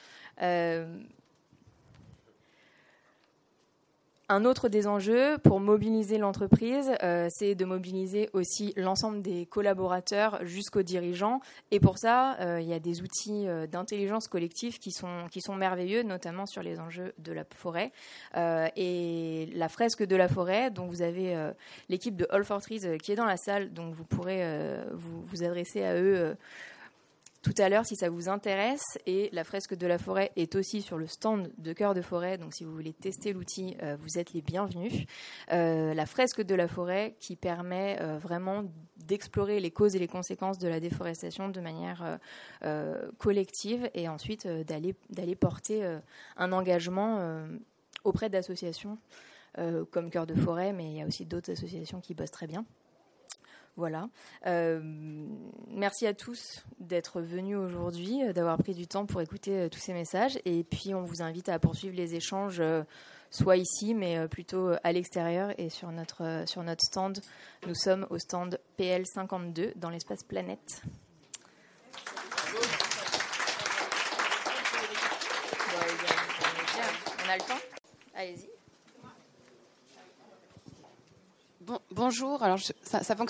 Un autre des enjeux pour mobiliser l'entreprise, c'est de mobiliser aussi l'ensemble des collaborateurs jusqu'aux dirigeants. Et pour ça, il y a des outils d'intelligence collective qui sont merveilleux, notamment sur les enjeux de la forêt. Et la fresque de la forêt, dont vous avez l'équipe de All for Trees qui est dans la salle, donc vous pourrez vous adresser à eux tout à l'heure si ça vous intéresse. Et la fresque de la forêt est aussi sur le stand de Cœur de Forêt, donc si vous voulez tester l'outil, vous êtes les bienvenus. La fresque de la forêt qui permet vraiment d'explorer les causes et les conséquences de la déforestation de manière collective et ensuite d'aller porter un engagement auprès d'associations comme Cœur de Forêt, mais il y a aussi d'autres associations qui bossent très bien. Voilà. Merci à tous d'être venus aujourd'hui, d'avoir pris du temps pour écouter tous ces messages. Et puis, on vous invite à poursuivre les échanges, soit ici, mais plutôt à l'extérieur et sur notre stand. Nous sommes au stand PL52 dans l'espace Planète. On a le temps ? Allez-y. Bonjour, alors ça fonctionne ?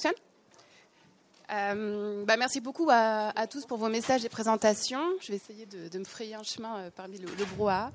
Merci beaucoup à tous pour vos messages et présentations. Je vais essayer de me frayer un chemin parmi le brouhaha.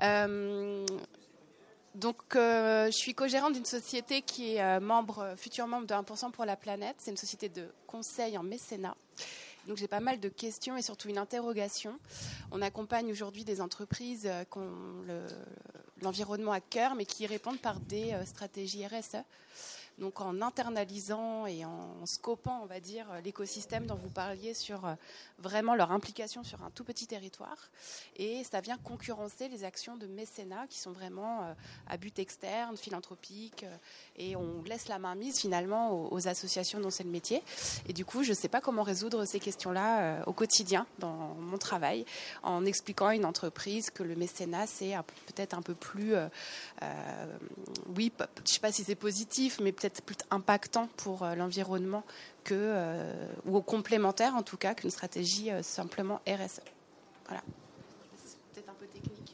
Je suis co-gérante d'une société qui est futur membre de 1% pour la planète. C'est une société de conseil en mécénat. Donc j'ai pas mal de questions et surtout une interrogation. On accompagne aujourd'hui des entreprises qui ont l'environnement à cœur, mais qui y répondent par des stratégies RSE. Donc en internalisant et en scopant, on va dire, l'écosystème dont vous parliez sur vraiment leur implication sur un tout petit territoire. Et ça vient concurrencer les actions de mécénat qui sont vraiment à but externe, philanthropique. Et on laisse la main mise finalement aux associations dont c'est le métier. Et du coup, je ne sais pas comment résoudre ces questions-là au quotidien dans mon travail en expliquant à une entreprise que le mécénat, c'est peut-être un peu plus... oui, je ne sais pas si c'est positif, mais peut-être plus impactant pour l'environnement ou au complémentaire en tout cas qu'une stratégie simplement RSE. Voilà. C'est peut-être un peu technique.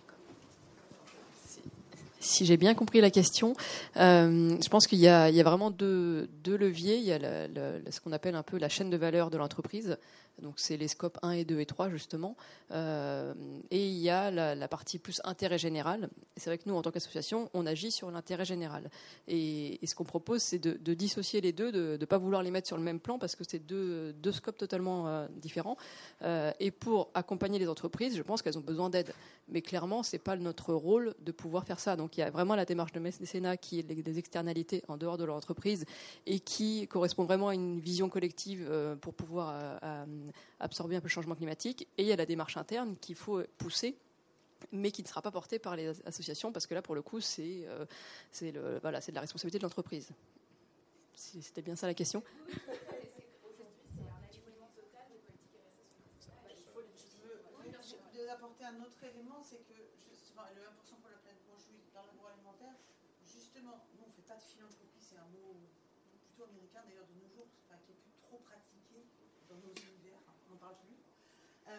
Si j'ai bien compris la question, je pense qu'il y a vraiment deux leviers. Il y a ce qu'on appelle un peu la chaîne de valeur de l'entreprise. Donc c'est les scopes 1 et 2 et 3 justement. Et il y a la partie plus intérêt général. Et c'est vrai que nous, en tant qu'association, on agit sur l'intérêt général. Et ce qu'on propose, c'est de dissocier les deux, de ne pas vouloir les mettre sur le même plan parce que c'est deux scopes totalement différents. Et pour accompagner les entreprises, je pense qu'elles ont besoin d'aide. Mais clairement, ce n'est pas notre rôle de pouvoir faire ça. Donc il y a vraiment la démarche de mécénat qui est des externalités en dehors de leur entreprise et qui correspond vraiment à une vision collective pour pouvoir absorber un peu le changement climatique. Et il y a la démarche interne qu'il faut pousser, mais qui ne sera pas portée par les associations, parce que là, pour le coup, c'est de la responsabilité de l'entreprise. C'était bien ça la question. Je vais apporter un autre élément, c'est que le 1% pour la planète, moi je suis dans l'agroalimentaire, justement, nous on ne fait pas de philanthropie, c'est un mot plutôt américain d'ailleurs de nos jours, qui est plus trop pratiqué dans nos univers, on n'en parle plus.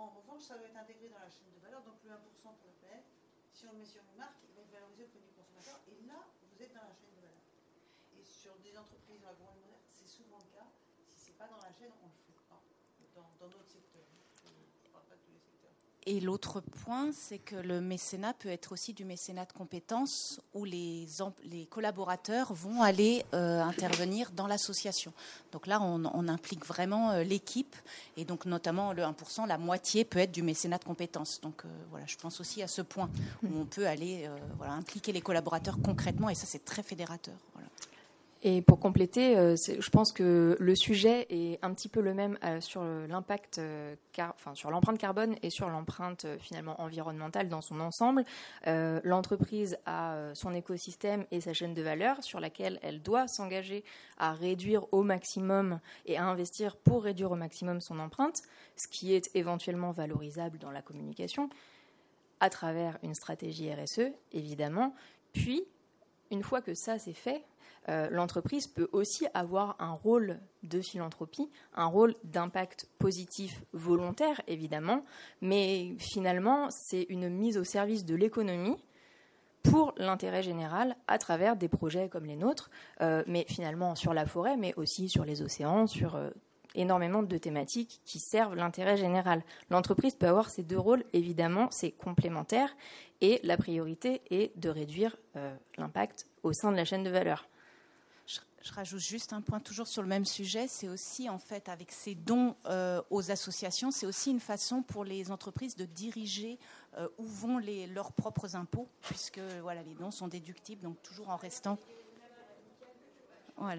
en revanche, ça doit être intégré dans la chaîne de valeur. Donc le 1% pour le PN, si on le met sur une marque, il va être valorisé auprès du consommateur. Et là, vous êtes dans la chaîne de valeur. Et sur des entreprises agroalimentaires, c'est souvent le cas. Si ce n'est pas dans la chaîne, on ne le fait pas. Dans notre secteur. Je ne parle pas de tous les secteurs. Et l'autre point, c'est que le mécénat peut être aussi du mécénat de compétences où les collaborateurs vont aller intervenir dans l'association. Donc là, on implique vraiment l'équipe et donc notamment le 1%, la moitié peut être du mécénat de compétences. Donc voilà, je pense aussi à ce point où on peut aller impliquer les collaborateurs concrètement et ça, c'est très fédérateur. Voilà. Et pour compléter, je pense que le sujet est un petit peu le même sur l'impact, sur l'empreinte carbone et sur l'empreinte finalement environnementale dans son ensemble. L'entreprise a son écosystème et sa chaîne de valeur sur laquelle elle doit s'engager à réduire au maximum et à investir pour réduire au maximum son empreinte, ce qui est éventuellement valorisable dans la communication à travers une stratégie RSE, évidemment. Puis, une fois que ça c'est fait, l'entreprise peut aussi avoir un rôle de philanthropie, un rôle d'impact positif volontaire, évidemment, mais finalement, c'est une mise au service de l'économie pour l'intérêt général à travers des projets comme les nôtres, mais finalement sur la forêt, mais aussi sur les océans, sur énormément de thématiques qui servent l'intérêt général. L'entreprise peut avoir ces deux rôles, évidemment, c'est complémentaire, et la priorité est de réduire l'impact au sein de la chaîne de valeur. Je rajoute juste un point toujours sur le même sujet, c'est aussi en fait avec ces dons aux associations, c'est aussi une façon pour les entreprises de diriger où vont leurs propres impôts, puisque voilà, les dons sont déductibles, donc toujours en restant. Voilà.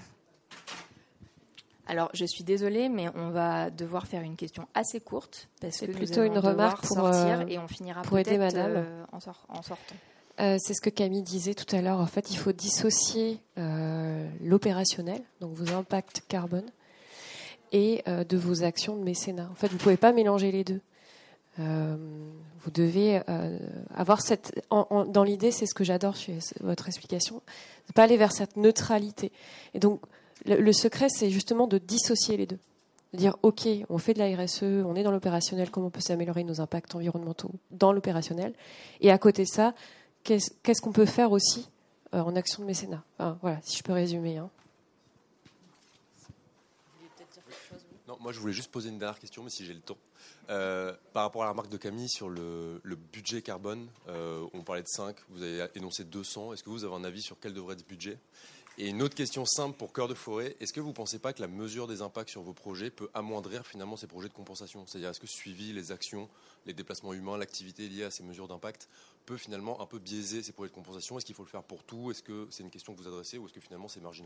Alors, je suis désolée, mais on va devoir faire une question assez courte parce que plutôt une remarque pour sortir et on finira pour aider peut-être madame en sortant. C'est ce que Camille disait tout à l'heure. En fait, il faut dissocier l'opérationnel, donc vos impacts carbone, et de vos actions de mécénat. En fait, vous ne pouvez pas mélanger les deux. Vous devez avoir cette... dans l'idée, c'est ce que j'adore chez votre explication, de pas aller vers cette neutralité. Et donc, le secret, c'est justement de dissocier les deux. De dire, OK, on fait de la RSE, on est dans l'opérationnel, comment on peut s'améliorer nos impacts environnementaux dans l'opérationnel. Et à côté de ça, qu'est-ce qu'on peut faire aussi en action de mécénat. Enfin, voilà, si je peux résumer. Hein. Non, moi, je voulais juste poser une dernière question, mais si j'ai le temps. Par rapport à la remarque de Camille sur le budget carbone, on parlait de 5, vous avez énoncé 200. Est-ce que vous avez un avis sur quel devrait être ce budget ? Et une autre question simple pour Cœur de Forêt, est-ce que vous ne pensez pas que la mesure des impacts sur vos projets peut amoindrir finalement ces projets de compensation ? C'est-à-dire, est-ce que suivi les actions, les déplacements humains, l'activité liée à ces mesures d'impact peut finalement un peu biaiser ces projets de compensation ? Est-ce qu'il faut le faire pour tout ? Est-ce que c'est une question que vous adressez ou est-ce que finalement c'est marginal ?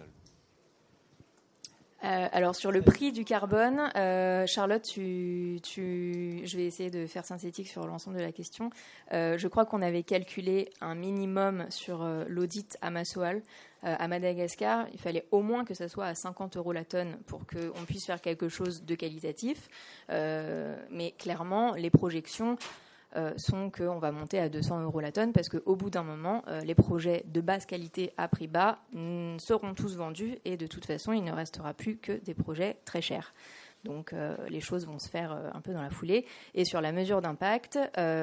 Alors sur le prix du carbone, Charlotte, je vais essayer de faire synthétique sur l'ensemble de la question. Je crois qu'on avait calculé un minimum sur l'audit à Massoal, à Madagascar. Il fallait au moins que ça soit à 50 € la tonne pour qu'on puisse faire quelque chose de qualitatif. Mais clairement, les projections sont qu'on va monter à 200 € la tonne parce qu'au bout d'un moment, les projets de basse qualité à prix bas seront tous vendus et de toute façon, il ne restera plus que des projets très chers. Donc, les choses vont se faire un peu dans la foulée. Et sur la mesure d'impact,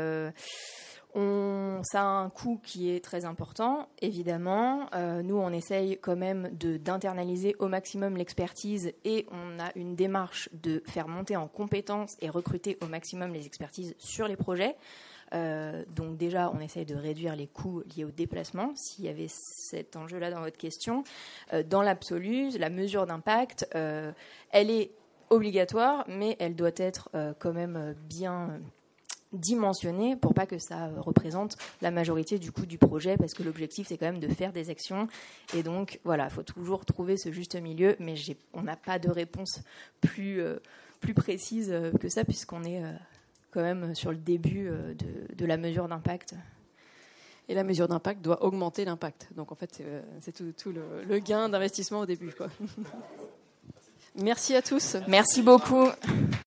ça a un coût qui est très important, évidemment. Nous, on essaye quand même d'internaliser au maximum l'expertise et on a une démarche de faire monter en compétences et recruter au maximum les expertises sur les projets. Donc déjà, on essaye de réduire les coûts liés au déplacement, s'il y avait cet enjeu-là dans votre question. Dans l'absolu, la mesure d'impact, elle est obligatoire, mais elle doit être quand même bien dimensionné pour pas que ça représente la majorité du coût du projet parce que l'objectif c'est quand même de faire des actions et donc voilà, il faut toujours trouver ce juste milieu mais on n'a pas de réponse plus précise que ça puisqu'on est quand même sur le début de la mesure d'impact. Et la mesure d'impact doit augmenter l'impact. Donc en fait c'est tout le gain d'investissement au début, quoi. Merci à tous. Merci beaucoup.